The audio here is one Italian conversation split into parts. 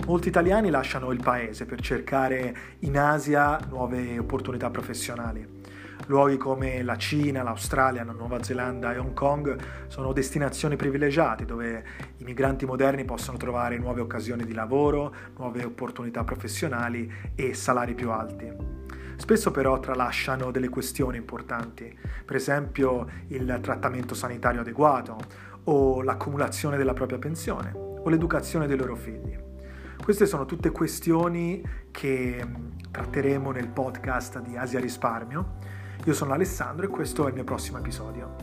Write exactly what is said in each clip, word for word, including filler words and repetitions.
Molti italiani lasciano il paese per cercare in Asia nuove opportunità professionali. Luoghi come la Cina, l'Australia, la Nuova Zelanda e Hong Kong sono destinazioni privilegiate dove i migranti moderni possono trovare nuove occasioni di lavoro, nuove opportunità professionali e salari più alti. Spesso però tralasciano delle questioni importanti, per esempio il trattamento sanitario adeguato o l'accumulazione della propria pensione o l'educazione dei loro figli. Queste sono tutte questioni che tratteremo nel podcast di Asia Risparmio. Io sono Alessandro e questo è il mio prossimo episodio.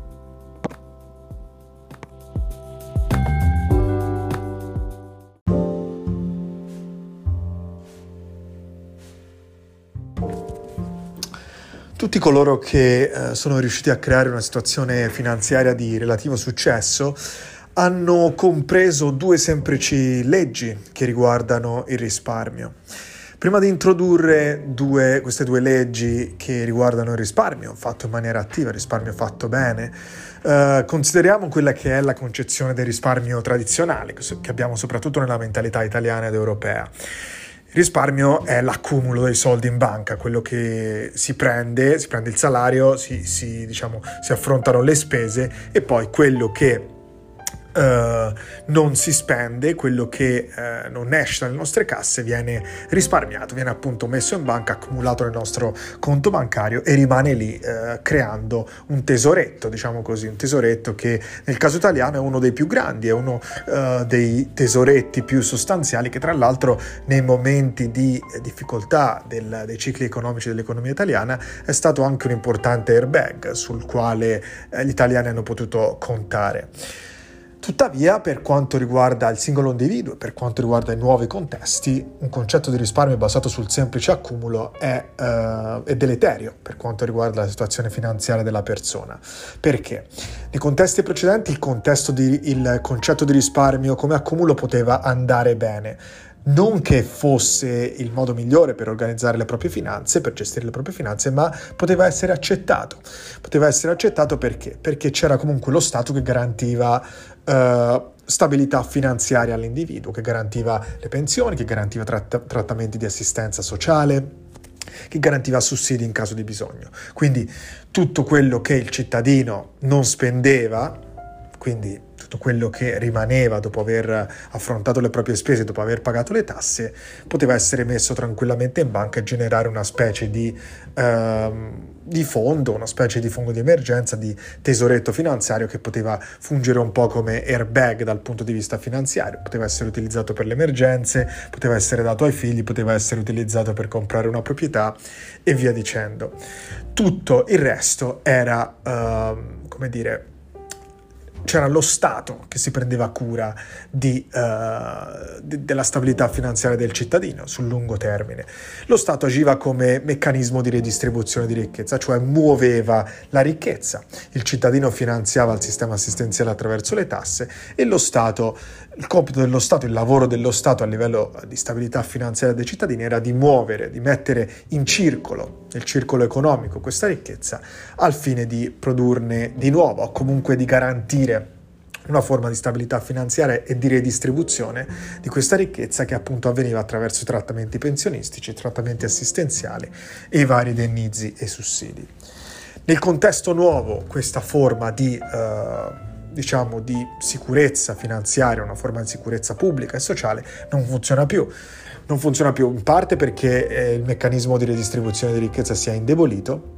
Tutti coloro che eh, sono riusciti a creare una situazione finanziaria di relativo successo hanno compreso due semplici leggi che riguardano il risparmio. Prima di introdurre due, queste due leggi che riguardano il risparmio fatto in maniera attiva, il risparmio fatto bene, eh, consideriamo quella che è la concezione del risparmio tradizionale, che abbiamo soprattutto nella mentalità italiana ed europea. Il risparmio è l'accumulo dei soldi in banca, quello che si prende, si prende il salario, si, si, diciamo, si affrontano le spese e poi quello che Uh, non si spende, quello che uh, non esce dalle nostre casse viene risparmiato, viene appunto messo in banca, accumulato nel nostro conto bancario e rimane lì uh, creando un tesoretto, diciamo così, un tesoretto che nel caso italiano è uno dei più grandi, è uno uh, dei tesoretti più sostanziali che tra l'altro nei momenti di difficoltà del, dei cicli economici dell'economia italiana è stato anche un importante airbag sul quale uh, gli italiani hanno potuto contare. Tuttavia, per quanto riguarda il singolo individuo, per quanto riguarda i nuovi contesti, un concetto di risparmio basato sul semplice accumulo è, uh, è deleterio per quanto riguarda la situazione finanziaria della persona. Perché? Nei contesti precedenti il, contesto di, il concetto di risparmio come accumulo poteva andare bene. Non che fosse il modo migliore per organizzare le proprie finanze, per gestire le proprie finanze, ma poteva essere accettato. Poteva essere accettato perché? Perché c'era comunque lo Stato che garantiva uh, stabilità finanziaria all'individuo, che garantiva le pensioni, che garantiva tratt- trattamenti di assistenza sociale, che garantiva sussidi in caso di bisogno. Quindi tutto quello che il cittadino non spendeva, quindi tutto quello che rimaneva dopo aver affrontato le proprie spese, dopo aver pagato le tasse, poteva essere messo tranquillamente in banca e generare una specie di, ehm, di fondo, una specie di fondo di emergenza, di tesoretto finanziario che poteva fungere un po' come airbag dal punto di vista finanziario. Poteva essere utilizzato per le emergenze, poteva essere dato ai figli, poteva essere utilizzato per comprare una proprietà e via dicendo. Tutto il resto era, ehm, come dire, c'era lo Stato che si prendeva cura di, uh, di, della stabilità finanziaria del cittadino sul lungo termine. Lo Stato agiva come meccanismo di redistribuzione di ricchezza, cioè muoveva la ricchezza. Il cittadino finanziava il sistema assistenziale attraverso le tasse e lo Stato, il compito dello Stato, il lavoro dello Stato a livello di stabilità finanziaria dei cittadini era di muovere, di mettere in circolo, nel circolo economico, questa ricchezza al fine di produrne di nuovo o comunque di garantire una forma di stabilità finanziaria e di redistribuzione di questa ricchezza che appunto avveniva attraverso i trattamenti pensionistici, i trattamenti assistenziali e i vari indennizi e sussidi. Nel contesto nuovo questa forma di eh, diciamo di sicurezza finanziaria, una forma di sicurezza pubblica e sociale non funziona più. Non funziona più in parte perché eh, il meccanismo di redistribuzione di ricchezza si è indebolito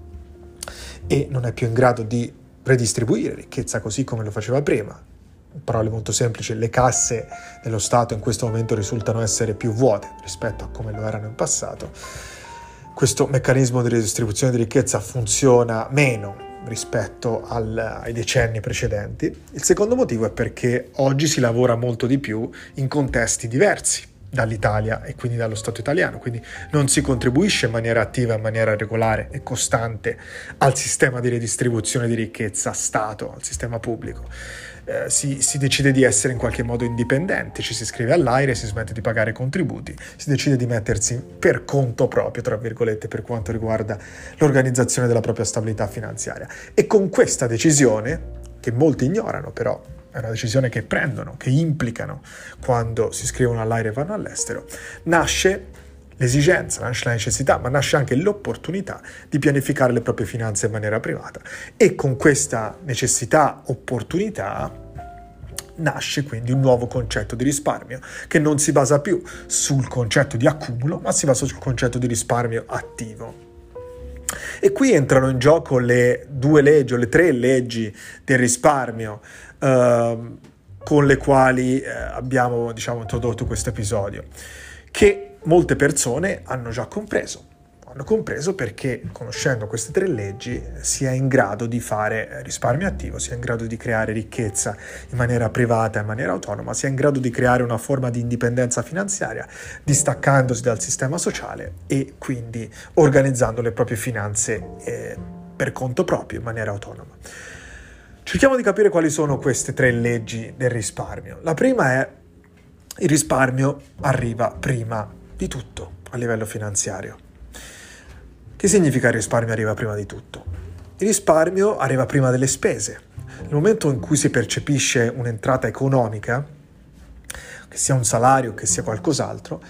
e non è più in grado di redistribuire ricchezza così come lo faceva prima. In parole molto semplici, le casse dello Stato in questo momento risultano essere più vuote rispetto a come lo erano in passato. Questo meccanismo di redistribuzione di ricchezza funziona meno rispetto al, ai decenni precedenti. Il secondo motivo è perché oggi si lavora molto di più in contesti diversi dall'Italia e quindi dallo Stato italiano, quindi non si contribuisce in maniera attiva, in maniera regolare e costante al sistema di redistribuzione di ricchezza Stato, al sistema pubblico. Eh, si, si decide di essere in qualche modo indipendenti, ci si iscrive all'AIRE, si smette di pagare contributi, si decide di mettersi per conto proprio, tra virgolette, per quanto riguarda l'organizzazione della propria stabilità finanziaria. E con questa decisione, che molti ignorano però, è una decisione che prendono, che implicano quando si iscrivono all'AIRE e vanno all'estero, nasce l'esigenza, nasce la necessità, ma nasce anche l'opportunità di pianificare le proprie finanze in maniera privata. E con questa necessità, opportunità, nasce quindi un nuovo concetto di risparmio, che non si basa più sul concetto di accumulo, ma si basa sul concetto di risparmio attivo. E qui entrano in gioco le due leggi o le tre leggi del risparmio eh, con le quali eh, abbiamo, diciamo, introdotto questo episodio, che molte persone hanno già compreso. Hanno compreso perché, conoscendo queste tre leggi, si è in grado di fare risparmio attivo, si è in grado di creare ricchezza in maniera privata, in maniera autonoma, si è in grado di creare una forma di indipendenza finanziaria, distaccandosi dal sistema sociale e quindi organizzando le proprie finanze eh, per conto proprio, in maniera autonoma. Cerchiamo di capire quali sono queste tre leggi del risparmio. La prima è: il risparmio arriva prima di tutto a livello finanziario. Che significa il risparmio arriva prima di tutto? Il risparmio arriva prima delle spese. Nel momento in cui si percepisce un'entrata economica, che sia un salario, che sia qualcos'altro,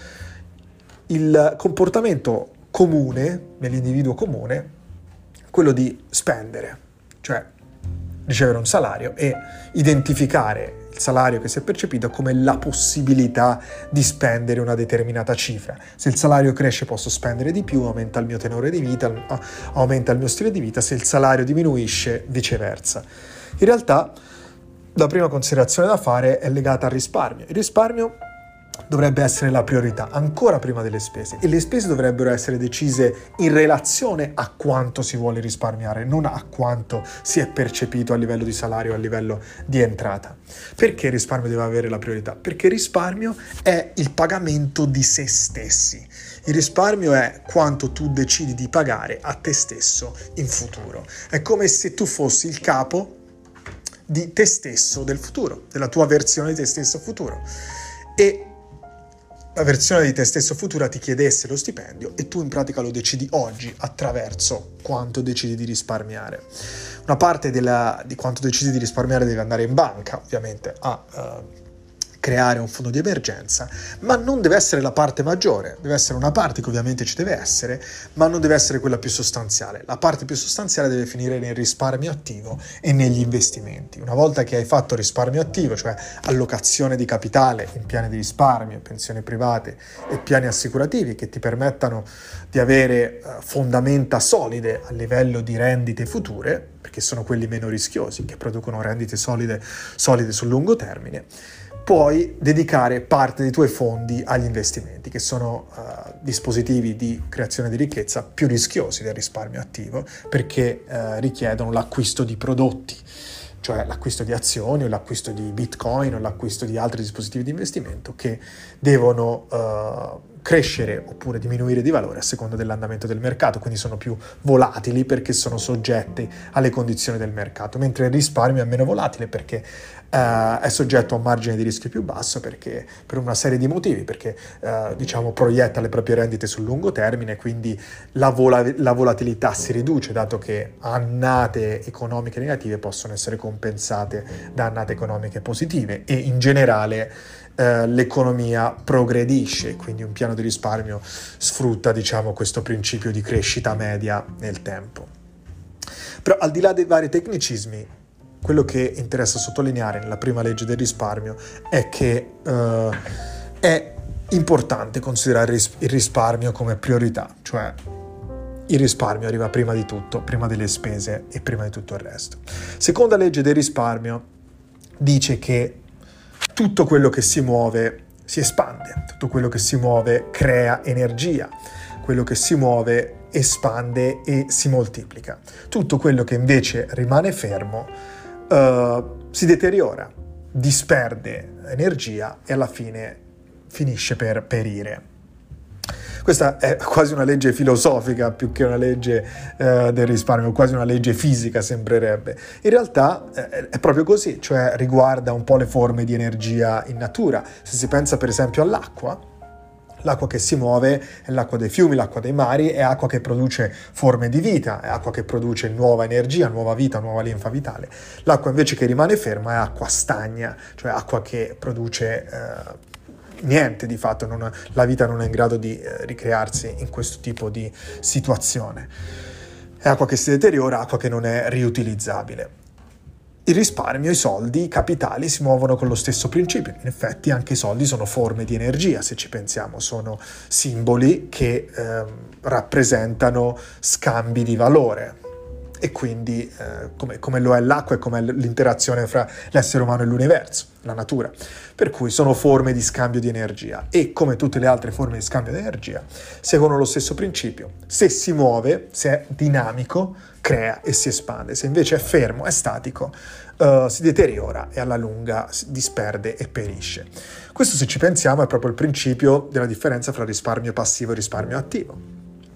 il comportamento comune nell'individuo comune è quello di spendere, cioè ricevere un salario e identificare il salario che si è percepito come la possibilità di spendere una determinata cifra. Se il salario cresce posso spendere di più, aumenta il mio tenore di vita, aumenta il mio stile di vita; se il salario diminuisce, viceversa. In realtà la prima considerazione da fare è legata al risparmio. Il risparmio dovrebbe essere la priorità, ancora prima delle spese, e le spese dovrebbero essere decise in relazione a quanto si vuole risparmiare, non a quanto si è percepito a livello di salario, a livello di entrata. Perché il risparmio deve avere la priorità? Perché il risparmio è il pagamento di se stessi. Il risparmio è quanto tu decidi di pagare a te stesso in futuro. È come se tu fossi il capo di te stesso del futuro, della tua versione di te stesso futuro. E la versione di te stesso futura ti chiedesse lo stipendio e tu in pratica lo decidi oggi attraverso quanto decidi di risparmiare. Una parte della, di quanto decidi di risparmiare deve andare in banca, ovviamente, a uh, creare un fondo di emergenza, ma non deve essere la parte maggiore. Deve essere una parte che ovviamente ci deve essere, ma non deve essere quella più sostanziale. La parte più sostanziale deve finire nel risparmio attivo e negli investimenti. Una volta che hai fatto risparmio attivo, cioè allocazione di capitale in piani di risparmio, pensioni private e piani assicurativi che ti permettano di avere uh, fondamenta solide a livello di rendite future, perché sono quelli meno rischiosi, che producono rendite solide, solide sul lungo termine, puoi dedicare parte dei tuoi fondi agli investimenti, che sono uh, dispositivi di creazione di ricchezza più rischiosi del risparmio attivo, perché uh, richiedono l'acquisto di prodotti, cioè l'acquisto di azioni o l'acquisto di bitcoin o l'acquisto di altri dispositivi di investimento che devono uh, crescere oppure diminuire di valore a seconda dell'andamento del mercato, quindi sono più volatili perché sono soggetti alle condizioni del mercato, mentre il risparmio è meno volatile perché Uh, è soggetto a un margine di rischio più basso, perché per una serie di motivi, perché uh, diciamo proietta le proprie rendite sul lungo termine, quindi la, vola- la volatilità si riduce, dato che annate economiche negative possono essere compensate da annate economiche positive e in generale uh, l'economia progredisce, quindi un piano di risparmio sfrutta, diciamo, questo principio di crescita media nel tempo. Però al di là dei vari tecnicismi, quello che interessa sottolineare nella prima legge del risparmio è che uh, è importante considerare il risparmio come priorità, cioè il risparmio arriva prima di tutto, prima delle spese e prima di tutto il resto. Seconda legge del risparmio dice che tutto quello che si muove si espande, tutto quello che si muove crea energia, quello che si muove espande e si moltiplica. Tutto quello che invece rimane fermo Uh, si deteriora, disperde energia e alla fine finisce per perire. Questa è quasi una legge filosofica più che una legge uh, del risparmio, quasi una legge fisica sembrerebbe. In realtà eh, è proprio così, cioè riguarda un po' le forme di energia in natura. Se si pensa per esempio all'acqua, L'acqua che si muove è l'acqua dei fiumi, l'acqua dei mari, è acqua che produce forme di vita, è acqua che produce nuova energia, nuova vita, nuova linfa vitale. L'acqua invece che rimane ferma è acqua stagna, cioè acqua che produce eh, niente di fatto, non, la vita non è in grado di eh, ricrearsi in questo tipo di situazione. È acqua che si deteriora, acqua che non è riutilizzabile. Il risparmio, i soldi, i capitali si muovono con lo stesso principio. In effetti anche i soldi sono forme di energia, se ci pensiamo, sono simboli che eh, rappresentano scambi di valore. E quindi eh, come, come lo è l'acqua e come l'interazione fra l'essere umano e l'universo, la natura. Per cui sono forme di scambio di energia e come tutte le altre forme di scambio di energia seguono lo stesso principio. Se si muove, se è dinamico, crea e si espande. Se invece è fermo, è statico, uh, si deteriora e alla lunga si disperde e perisce. Questo, se ci pensiamo, è proprio il principio della differenza fra risparmio passivo e risparmio attivo.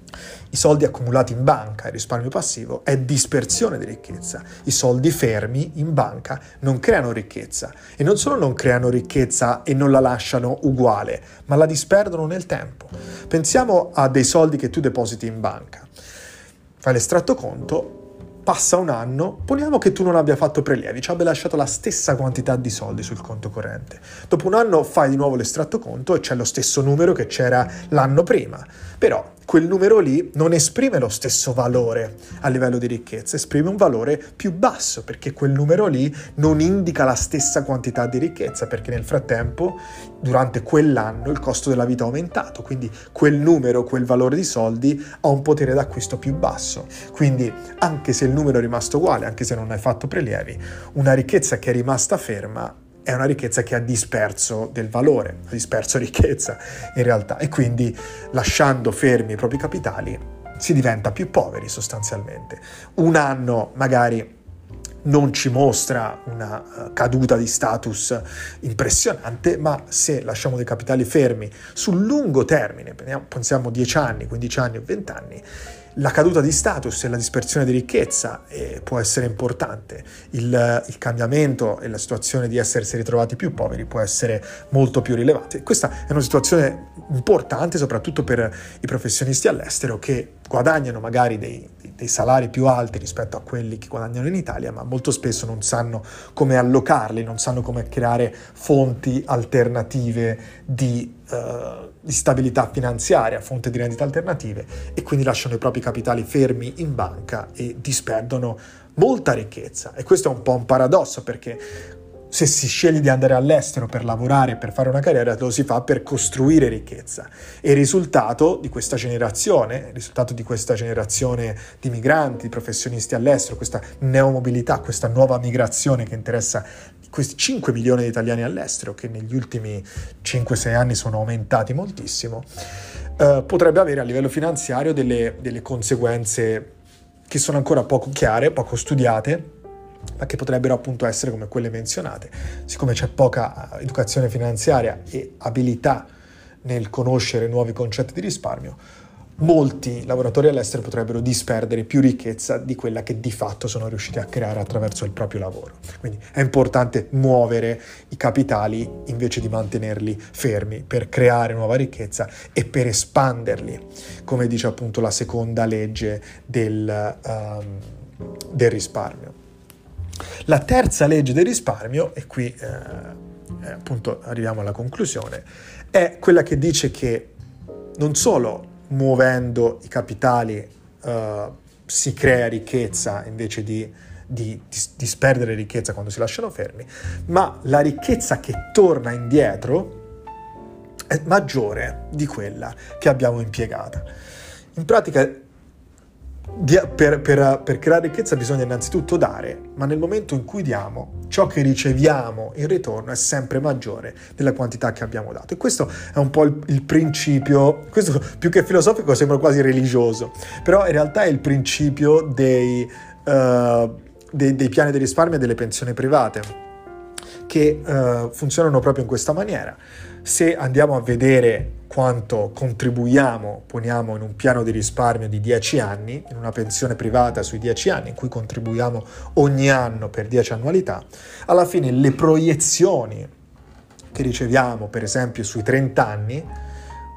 I soldi accumulati in banca, il risparmio passivo, è dispersione di ricchezza. I soldi fermi in banca non creano ricchezza. E non solo non creano ricchezza e non la lasciano uguale, ma la disperdono nel tempo. Pensiamo a dei soldi che tu depositi in banca. Fai l'estratto conto, passa un anno, poniamo che tu non abbia fatto prelievi, ci abbia lasciato la stessa quantità di soldi sul conto corrente. Dopo un anno fai di nuovo l'estratto conto e c'è lo stesso numero che c'era l'anno prima. Però quel numero lì non esprime lo stesso valore a livello di ricchezza, esprime un valore più basso, perché quel numero lì non indica la stessa quantità di ricchezza, perché nel frattempo, durante quell'anno, il costo della vita è aumentato, quindi quel numero, quel valore di soldi ha un potere d'acquisto più basso. Quindi anche se il numero è rimasto uguale, anche se non hai fatto prelievi, una ricchezza che è rimasta ferma è una ricchezza che ha disperso del valore, ha disperso ricchezza in realtà, e quindi lasciando fermi i propri capitali si diventa più poveri sostanzialmente. Un anno magari non ci mostra una caduta di status impressionante, ma se lasciamo dei capitali fermi sul lungo termine, pensiamo dieci anni, quindici anni o venti anni, la caduta di status e la dispersione di ricchezza eh, può essere importante. Il, il cambiamento e la situazione di essersi ritrovati più poveri può essere molto più rilevante. Questa è una situazione importante soprattutto per i professionisti all'estero che guadagnano magari dei, dei salari più alti rispetto a quelli che guadagnano in Italia, ma molto spesso non sanno come allocarli, non sanno come creare fonti alternative di Uh, di stabilità finanziaria, fonte di rendita alternative, e quindi lasciano i propri capitali fermi in banca e disperdono molta ricchezza. E questo è un po' un paradosso, perché se si sceglie di andare all'estero per lavorare, per fare una carriera, lo si fa per costruire ricchezza. E il risultato di questa generazione, il risultato di questa generazione di migranti, di professionisti all'estero, questa neomobilità, questa nuova migrazione che interessa questi cinque milioni di italiani all'estero, che negli ultimi cinque sei anni sono aumentati moltissimo, eh, potrebbe avere a livello finanziario delle, delle conseguenze che sono ancora poco chiare, poco studiate, ma che potrebbero appunto essere come quelle menzionate. Siccome c'è poca educazione finanziaria e abilità nel conoscere nuovi concetti di risparmio, molti lavoratori all'estero potrebbero disperdere più ricchezza di quella che di fatto sono riusciti a creare attraverso il proprio lavoro. Quindi è importante muovere i capitali invece di mantenerli fermi per creare nuova ricchezza e per espanderli, come dice appunto la seconda legge del, um, del risparmio. La terza legge del risparmio, e qui eh, appunto arriviamo alla conclusione, è quella che dice che non solo muovendo i capitali uh, si crea ricchezza invece di, di, di disperdere ricchezza quando si lasciano fermi, ma la ricchezza che torna indietro è maggiore di quella che abbiamo impiegata. In pratica Per, per, per creare ricchezza bisogna innanzitutto dare, ma nel momento in cui diamo, ciò che riceviamo in ritorno è sempre maggiore della quantità che abbiamo dato. E questo è un po' il, il principio, questo più che filosofico sembra quasi religioso, però in realtà è il principio dei, uh, dei, dei piani di risparmio e delle pensioni private, che uh, funzionano proprio in questa maniera. Se andiamo a vedere quanto contribuiamo, poniamo in un piano di risparmio di dieci anni, in una pensione privata sui dieci anni, in cui contribuiamo ogni anno per dieci annualità, alla fine le proiezioni che riceviamo, per esempio sui trenta anni,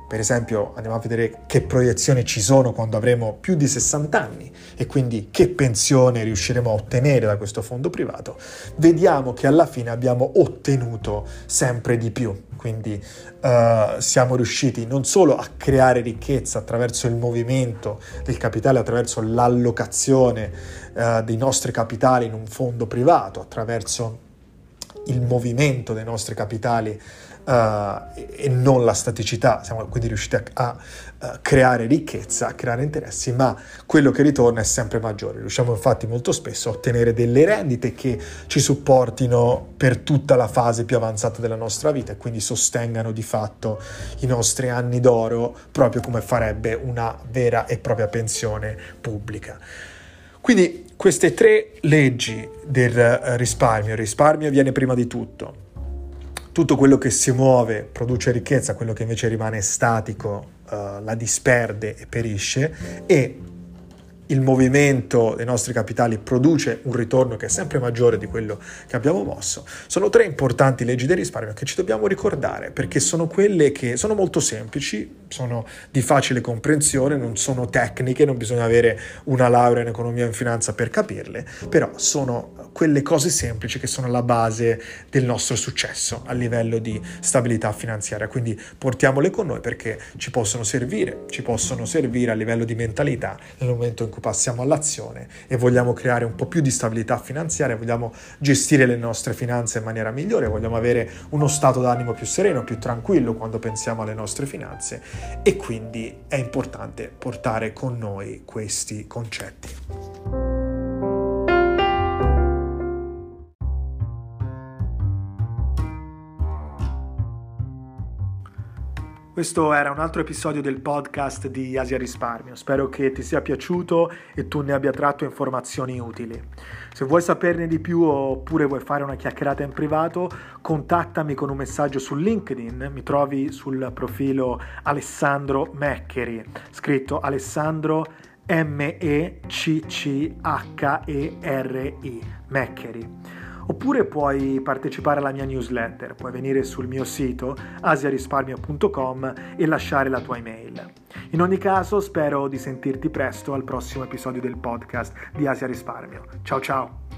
per esempio andiamo a vedere che proiezioni ci sono quando avremo più di sessanta anni e quindi che pensione riusciremo a ottenere da questo fondo privato, vediamo che alla fine abbiamo ottenuto sempre di più. Quindi uh, siamo riusciti non solo a creare ricchezza attraverso il movimento del capitale, attraverso l'allocazione uh, dei nostri capitali in un fondo privato, attraverso il movimento dei nostri capitali Uh, e non la staticità, siamo quindi riusciti a, a, a creare ricchezza, a creare interessi, ma quello che ritorna è sempre maggiore. Riusciamo infatti molto spesso a ottenere delle rendite che ci supportino per tutta la fase più avanzata della nostra vita e quindi sostengano di fatto i nostri anni d'oro, proprio come farebbe una vera e propria pensione pubblica. Quindi queste tre leggi del risparmio, il risparmio viene prima di tutto. Tutto quello che si muove produce ricchezza, quello che invece rimane statico uh, la disperde e perisce, e il movimento dei nostri capitali produce un ritorno che è sempre maggiore di quello che abbiamo mosso. Sono tre importanti leggi del risparmio che ci dobbiamo ricordare, perché sono quelle che sono molto semplici, sono di facile comprensione, non sono tecniche, non bisogna avere una laurea in economia e in finanza per capirle, però sono quelle cose semplici che sono la base del nostro successo a livello di stabilità finanziaria. Quindi portiamole con noi perché ci possono servire, ci possono servire a livello di mentalità nel momento in cui passiamo all'azione e vogliamo creare un po' più di stabilità finanziaria, vogliamo gestire le nostre finanze in maniera migliore, vogliamo avere uno stato d'animo più sereno, più tranquillo quando pensiamo alle nostre finanze, e quindi è importante portare con noi questi concetti. Questo era un altro episodio del podcast di Asia Risparmio. Spero che ti sia piaciuto e tu ne abbia tratto informazioni utili. Se vuoi saperne di più oppure vuoi fare una chiacchierata in privato, contattami con un messaggio su LinkedIn. Mi trovi sul profilo Alessandro Meccheri, scritto Alessandro M E C C H E R I, Meccheri. Oppure puoi partecipare alla mia newsletter, puoi venire sul mio sito asia risparmio punto com e lasciare la tua email. In ogni caso spero di sentirti presto al prossimo episodio del podcast di Asia Risparmio. Ciao ciao!